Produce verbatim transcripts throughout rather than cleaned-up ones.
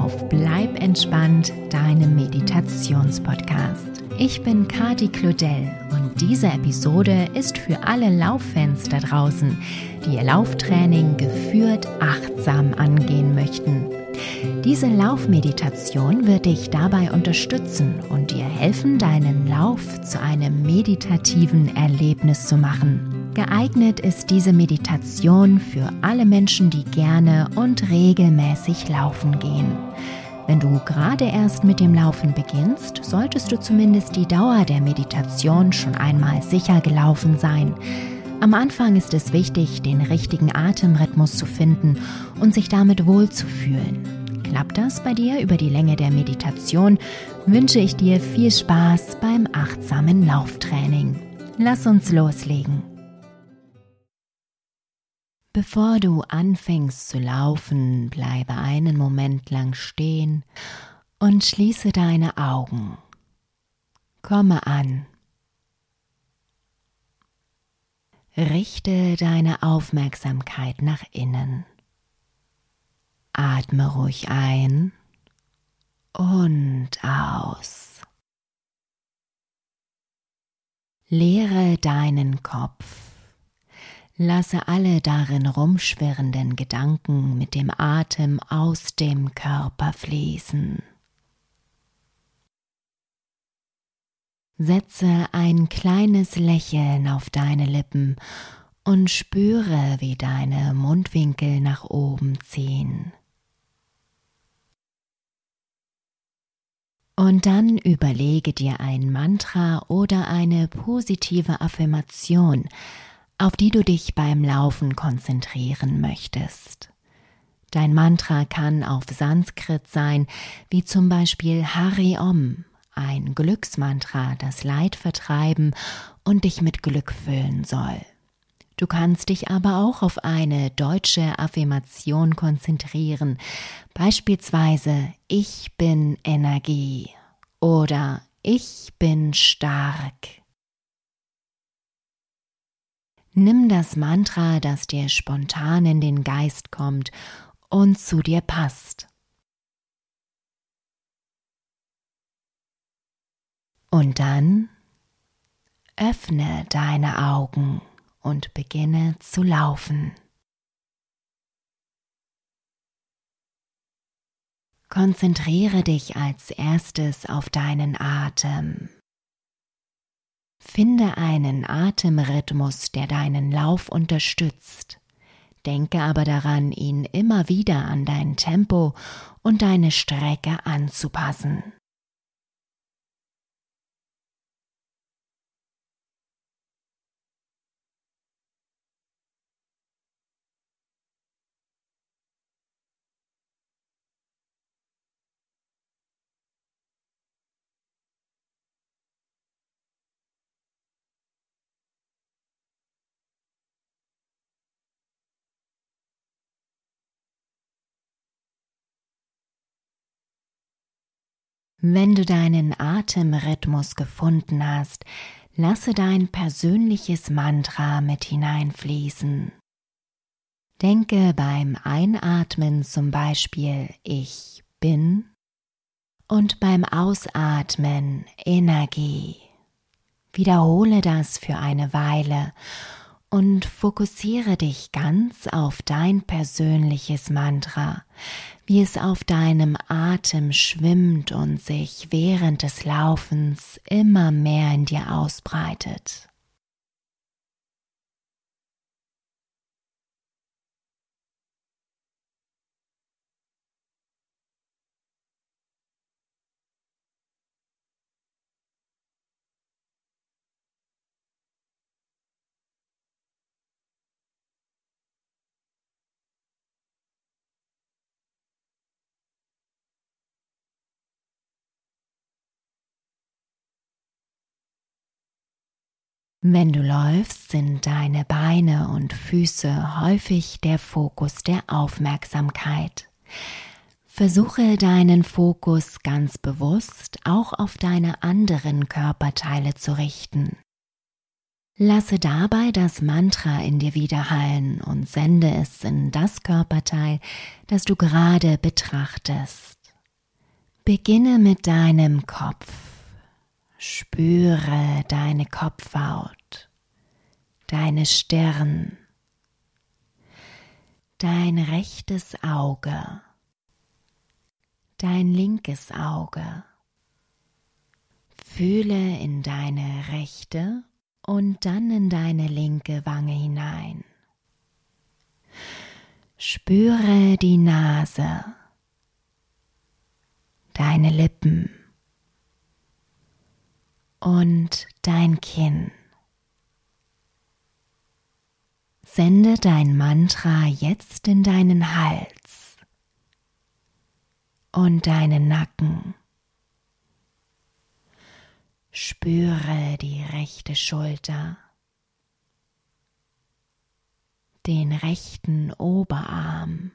auf Bleib entspannt, deinem Meditationspodcast. Ich bin Kati Claudel und diese Episode ist für alle Lauffans da draußen, die ihr Lauftraining geführt achtsam angehen möchten. Diese Laufmeditation wird dich dabei unterstützen und dir helfen, deinen Lauf zu einem meditativen Erlebnis zu machen. Geeignet ist diese Meditation für alle Menschen, die gerne und regelmäßig laufen gehen. Wenn du gerade erst mit dem Laufen beginnst, solltest du zumindest die Dauer der Meditation schon einmal sicher gelaufen sein. Am Anfang ist es wichtig, den richtigen Atemrhythmus zu finden und sich damit wohlzufühlen. Klappt das bei dir über die Länge der Meditation, wünsche ich dir viel Spaß beim achtsamen Lauftraining. Lass uns loslegen. Bevor du anfängst zu laufen, bleibe einen Moment lang stehen und schließe deine Augen. Komme an. Richte deine Aufmerksamkeit nach innen. Atme ruhig ein und aus. Leere deinen Kopf. Lasse alle darin rumschwirrenden Gedanken mit dem Atem aus dem Körper fließen. Setze ein kleines Lächeln auf deine Lippen und spüre, wie deine Mundwinkel nach oben ziehen. Und dann überlege dir ein Mantra oder eine positive Affirmation, auf die du dich beim Laufen konzentrieren möchtest. Dein Mantra kann auf Sanskrit sein, wie zum Beispiel Hari Om, ein Glücksmantra, das Leid vertreiben und dich mit Glück füllen soll. Du kannst dich aber auch auf eine deutsche Affirmation konzentrieren, beispielsweise Ich bin Energie oder Ich bin stark. Nimm das Mantra, das dir spontan in den Geist kommt und zu dir passt. Und dann öffne deine Augen und beginne zu laufen. Konzentriere dich als erstes auf deinen Atem. Finde einen Atemrhythmus, der deinen Lauf unterstützt. Denke aber daran, ihn immer wieder an dein Tempo und deine Strecke anzupassen. Wenn du deinen Atemrhythmus gefunden hast, lasse dein persönliches Mantra mit hineinfließen. Denke beim Einatmen zum Beispiel Ich bin und beim Ausatmen Energie. Wiederhole das für eine Weile und fokussiere dich ganz auf dein persönliches Mantra, wie es auf deinem Atem schwimmt und sich während des Laufens immer mehr in dir ausbreitet. Wenn du läufst, sind deine Beine und Füße häufig der Fokus der Aufmerksamkeit. Versuche deinen Fokus ganz bewusst auch auf deine anderen Körperteile zu richten. Lasse dabei das Mantra in dir widerhallen und sende es in das Körperteil, das du gerade betrachtest. Beginne mit deinem Kopf. Spüre deine Kopfhaut, deine Stirn, dein rechtes Auge, dein linkes Auge. Fühle in deine rechte und dann in deine linke Wange hinein. Spüre die Nase, deine Lippen und dein Kinn. Sende dein Mantra jetzt in deinen Hals und deinen Nacken. Spüre die rechte Schulter, den rechten Oberarm,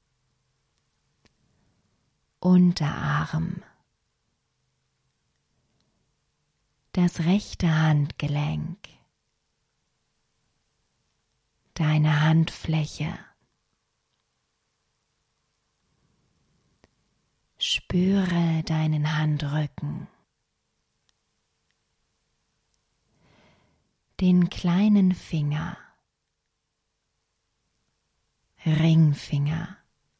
Unterarm, das rechte Handgelenk, deine Handfläche. Spüre deinen Handrücken, den kleinen Finger, Ringfinger,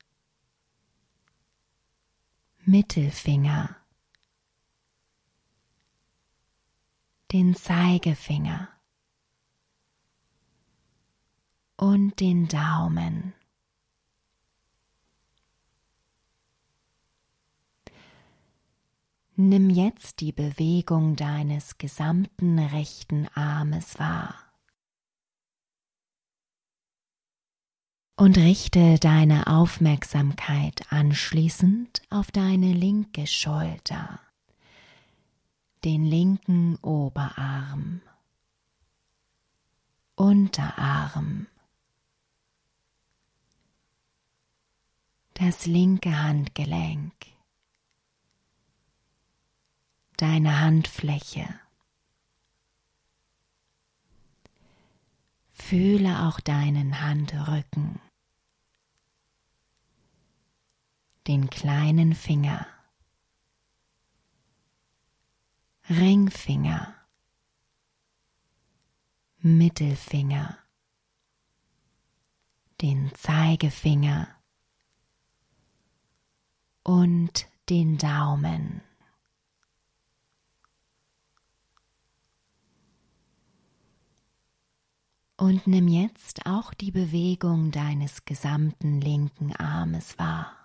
Mittelfinger, den Zeigefinger und den Daumen. Nimm jetzt die Bewegung deines gesamten rechten Armes wahr und richte deine Aufmerksamkeit anschließend auf deine linke Schulter, den linken Oberarm, Unterarm, das linke Handgelenk, deine Handfläche. Fühle auch deinen Handrücken, den kleinen Finger, Ringfinger, Mittelfinger, den Zeigefinger und den Daumen. Und nimm jetzt auch die Bewegung deines gesamten linken Armes wahr.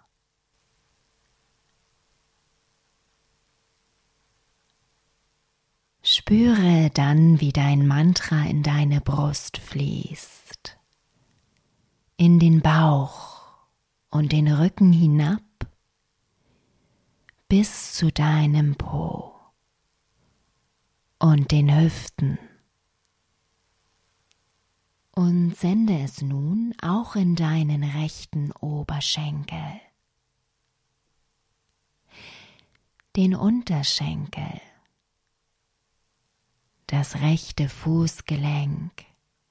Spüre dann, wie dein Mantra in deine Brust fließt, in den Bauch und den Rücken hinab bis zu deinem Po und den Hüften. Und sende es nun auch in deinen rechten Oberschenkel, den Unterschenkel, das rechte Fußgelenk,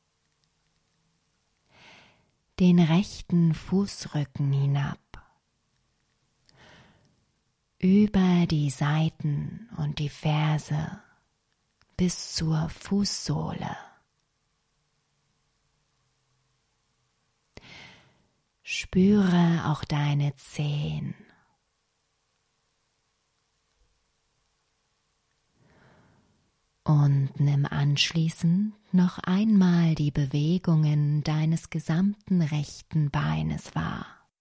den rechten Fußrücken hinab, über die Seiten und die Ferse bis zur Fußsohle. Spüre auch deine Zehen. Und nimm anschließend noch einmal die Bewegungen deines gesamten rechten Beines wahr.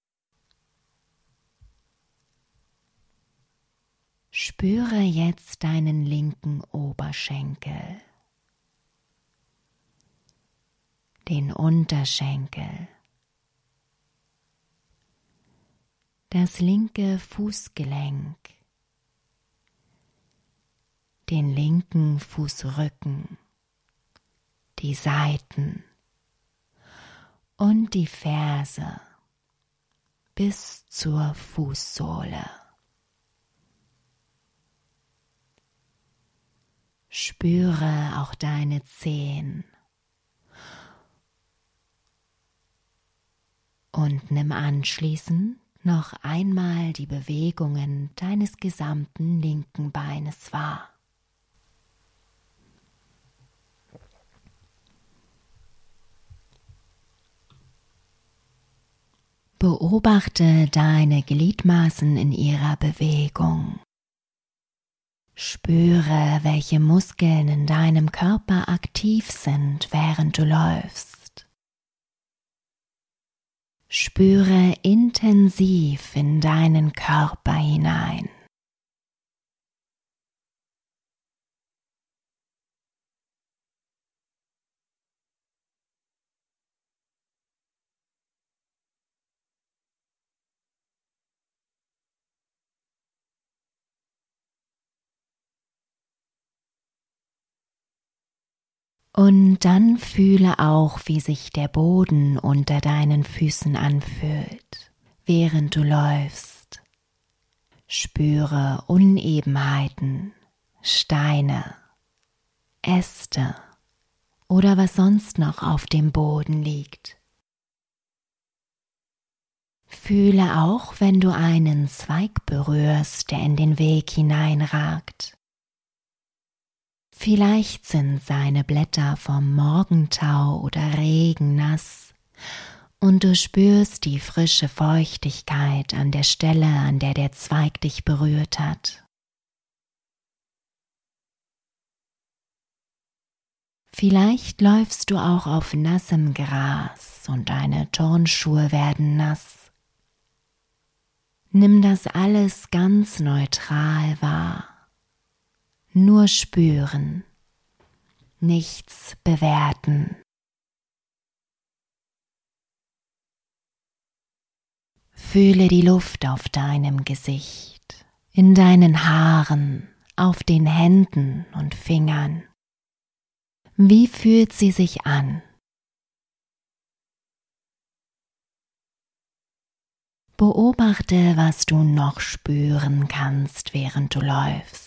Spüre jetzt deinen linken Oberschenkel, den Unterschenkel, das linke Fußgelenk, den linken Fußrücken, die Seiten und die Ferse bis zur Fußsohle. Spüre auch deine Zehen und nimm anschließend noch einmal die Bewegungen deines gesamten linken Beines wahr. Beobachte deine Gliedmaßen in ihrer Bewegung. Spüre, welche Muskeln in deinem Körper aktiv sind, während du läufst. Spüre intensiv in deinen Körper hinein. Und dann fühle auch, wie sich der Boden unter deinen Füßen anfühlt, während du läufst. Spüre Unebenheiten, Steine, Äste oder was sonst noch auf dem Boden liegt. Fühle auch, wenn du einen Zweig berührst, der in den Weg hineinragt. Vielleicht sind seine Blätter vom Morgentau oder Regen nass und du spürst die frische Feuchtigkeit an der Stelle, an der der Zweig dich berührt hat. Vielleicht läufst du auch auf nassem Gras und deine Turnschuhe werden nass. Nimm das alles ganz neutral wahr. Nur spüren, nichts bewerten. Fühle die Luft auf deinem Gesicht, in deinen Haaren, auf den Händen und Fingern. Wie fühlt sie sich an? Beobachte, was du noch spüren kannst, während du läufst.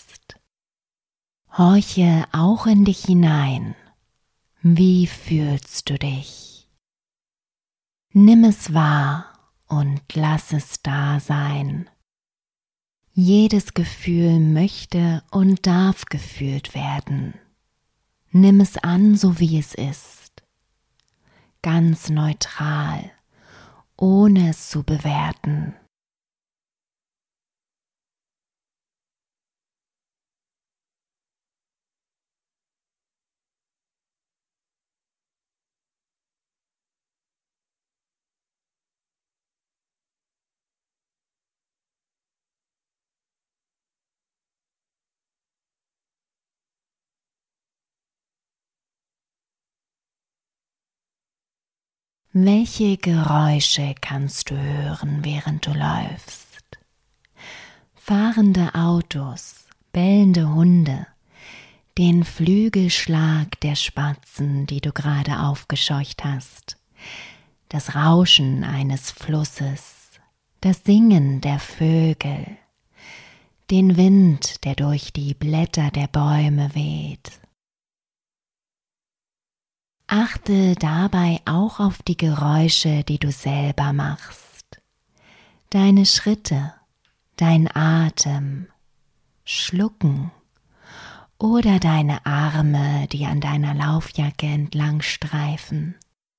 Horche auch in dich hinein. Wie fühlst du dich? Nimm es wahr und lass es da sein. Jedes Gefühl möchte und darf gefühlt werden. Nimm es an, so wie es ist. Ganz neutral, ohne es zu bewerten. Welche Geräusche kannst du hören, während du läufst? Fahrende Autos, bellende Hunde, den Flügelschlag der Spatzen, die du gerade aufgescheucht hast, das Rauschen eines Flusses, das Singen der Vögel, den Wind, der durch die Blätter der Bäume weht. Achte dabei auch auf die Geräusche, die du selber machst. Deine Schritte, dein Atem, Schlucken oder deine Arme, die an deiner Laufjacke entlang streifen.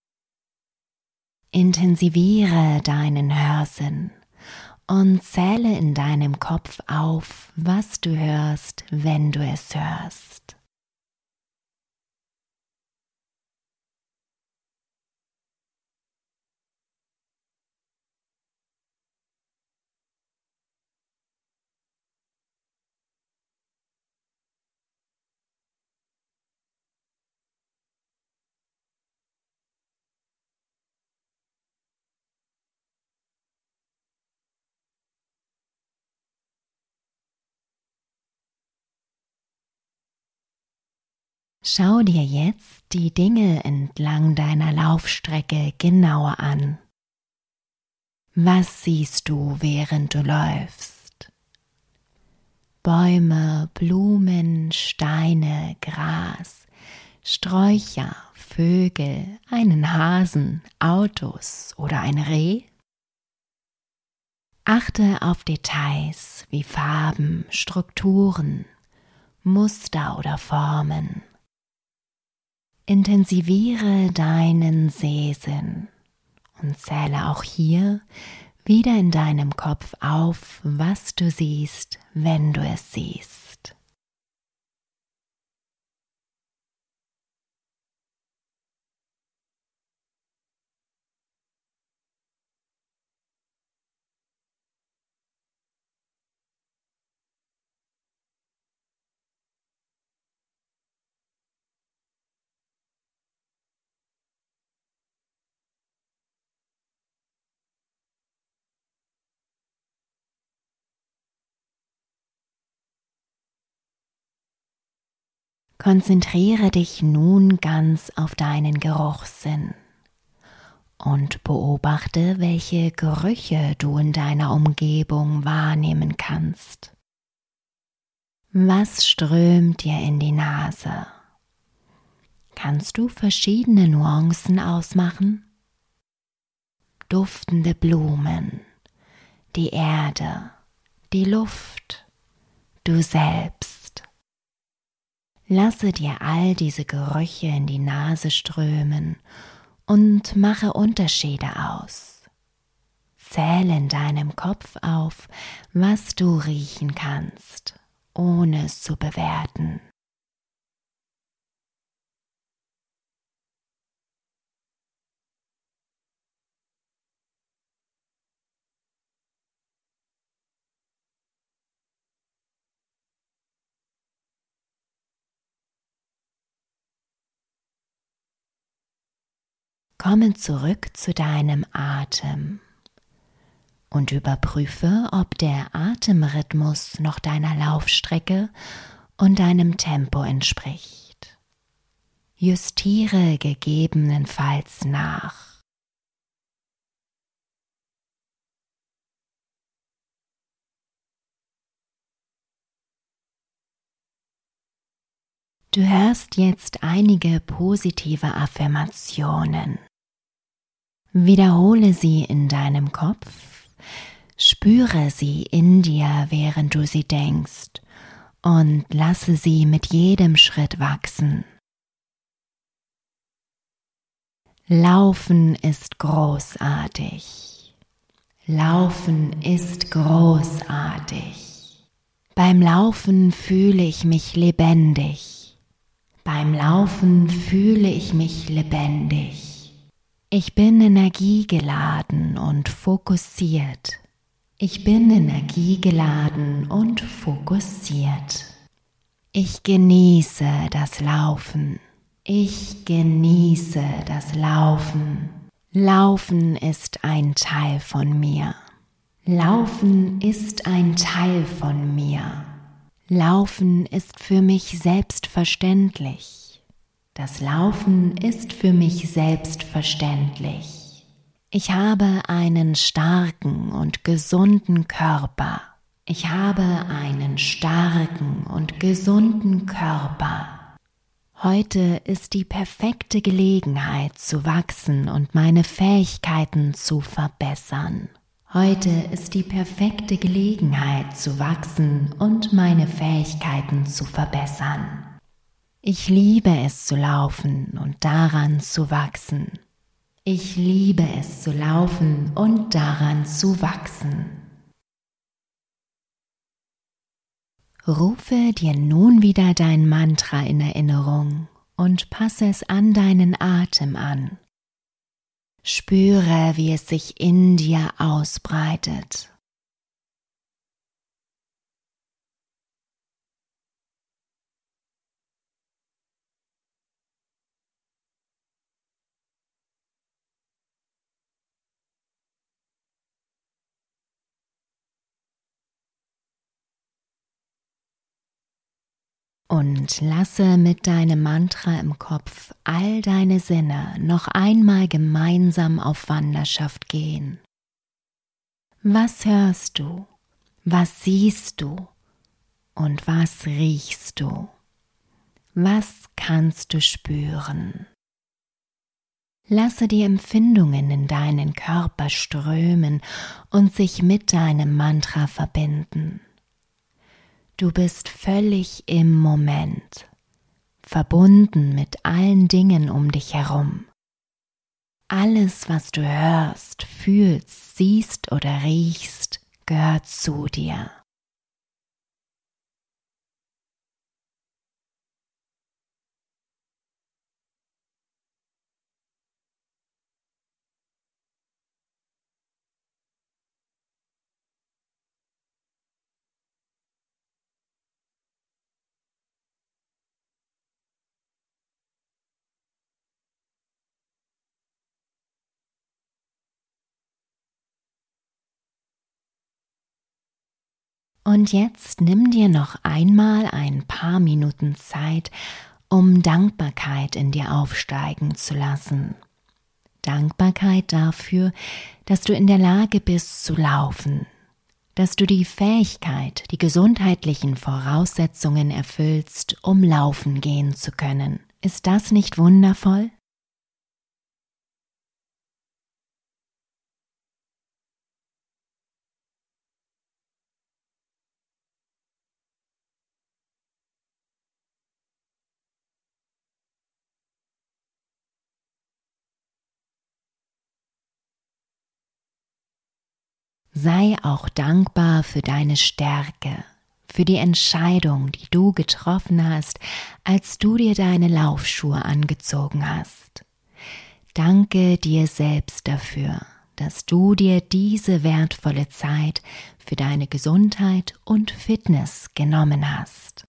Intensiviere deinen Hörsinn und zähle in deinem Kopf auf, was du hörst, wenn du es hörst. Schau dir jetzt die Dinge entlang deiner Laufstrecke genauer an. Was siehst du, während du läufst? Bäume, Blumen, Steine, Gras, Sträucher, Vögel, einen Hasen, Autos oder ein Reh? Achte auf Details wie Farben, Strukturen, Muster oder Formen. Intensiviere deinen Sehsinn und zähle auch hier wieder in deinem Kopf auf, was du siehst, wenn du es siehst. Konzentriere dich nun ganz auf deinen Geruchssinn und beobachte, welche Gerüche du in deiner Umgebung wahrnehmen kannst. Was strömt dir in die Nase? Kannst du verschiedene Nuancen ausmachen? Duftende Blumen, die Erde, die Luft, du selbst. Lasse dir all diese Gerüche in die Nase strömen und mache Unterschiede aus. Zähle in deinem Kopf auf, was du riechen kannst, ohne es zu bewerten. Komme zurück zu deinem Atem und überprüfe, ob der Atemrhythmus noch deiner Laufstrecke und deinem Tempo entspricht. Justiere gegebenenfalls nach. Du hörst jetzt einige positive Affirmationen. Wiederhole sie in deinem Kopf, spüre sie in dir, während du sie denkst, und lasse sie mit jedem Schritt wachsen. Laufen ist großartig. Laufen ist großartig. Beim Laufen fühle ich mich lebendig. Beim Laufen fühle ich mich lebendig. Ich bin energiegeladen und fokussiert. Ich bin energiegeladen und fokussiert. Ich genieße das Laufen. Ich genieße das Laufen. Laufen ist ein Teil von mir. Laufen ist ein Teil von mir. Laufen ist für mich selbstverständlich. Das Laufen ist für mich selbstverständlich. Ich habe einen starken und gesunden Körper. Ich habe einen starken und gesunden Körper. Heute ist die perfekte Gelegenheit zu wachsen und meine Fähigkeiten zu verbessern. Heute ist die perfekte Gelegenheit zu wachsen und meine Fähigkeiten zu verbessern. Ich liebe es zu laufen und daran zu wachsen. Ich liebe es zu laufen und daran zu wachsen. Rufe dir nun wieder dein Mantra in Erinnerung und passe es an deinen Atem an. Spüre, wie es sich in dir ausbreitet. Und lasse mit deinem Mantra im Kopf all deine Sinne noch einmal gemeinsam auf Wanderschaft gehen. Was hörst du? Was siehst du? Und was riechst du? Was kannst du spüren? Lasse die Empfindungen in deinen Körper strömen und sich mit deinem Mantra verbinden. Du bist völlig im Moment, verbunden mit allen Dingen um dich herum. Alles, was du hörst, fühlst, siehst oder riechst, gehört zu dir. Und jetzt nimm dir noch einmal ein paar Minuten Zeit, um Dankbarkeit in dir aufsteigen zu lassen. Dankbarkeit dafür, dass du in der Lage bist zu laufen, dass du die Fähigkeit, die gesundheitlichen Voraussetzungen erfüllst, um laufen gehen zu können. Ist das nicht wundervoll? Sei auch dankbar für deine Stärke, für die Entscheidung, die du getroffen hast, als du dir deine Laufschuhe angezogen hast. Danke dir selbst dafür, dass du dir diese wertvolle Zeit für deine Gesundheit und Fitness genommen hast.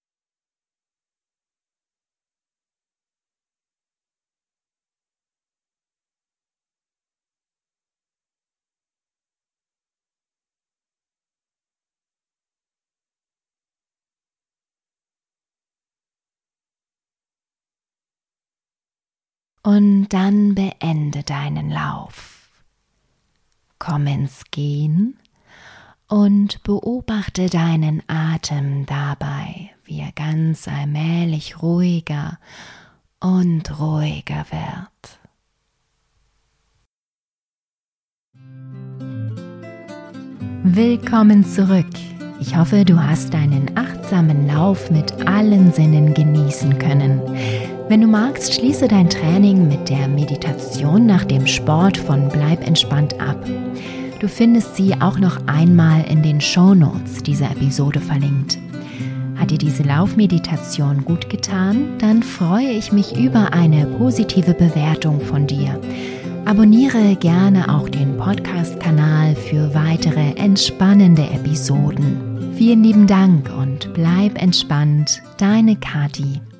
Und dann beende deinen Lauf. Komm ins Gehen und beobachte deinen Atem dabei, wie er ganz allmählich ruhiger und ruhiger wird. Willkommen zurück. Ich hoffe, du hast deinen achtsamen Lauf mit allen Sinnen genießen können. Wenn du magst, schließe dein Training mit der Meditation nach dem Sport von Bleib entspannt ab. Du findest sie auch noch einmal in den Shownotes dieser Episode verlinkt. Hat dir diese Laufmeditation gut getan? Dann freue ich mich über eine positive Bewertung von dir. Abonniere gerne auch den Podcast-Kanal für weitere entspannende Episoden. Vielen lieben Dank und bleib entspannt, deine Kati.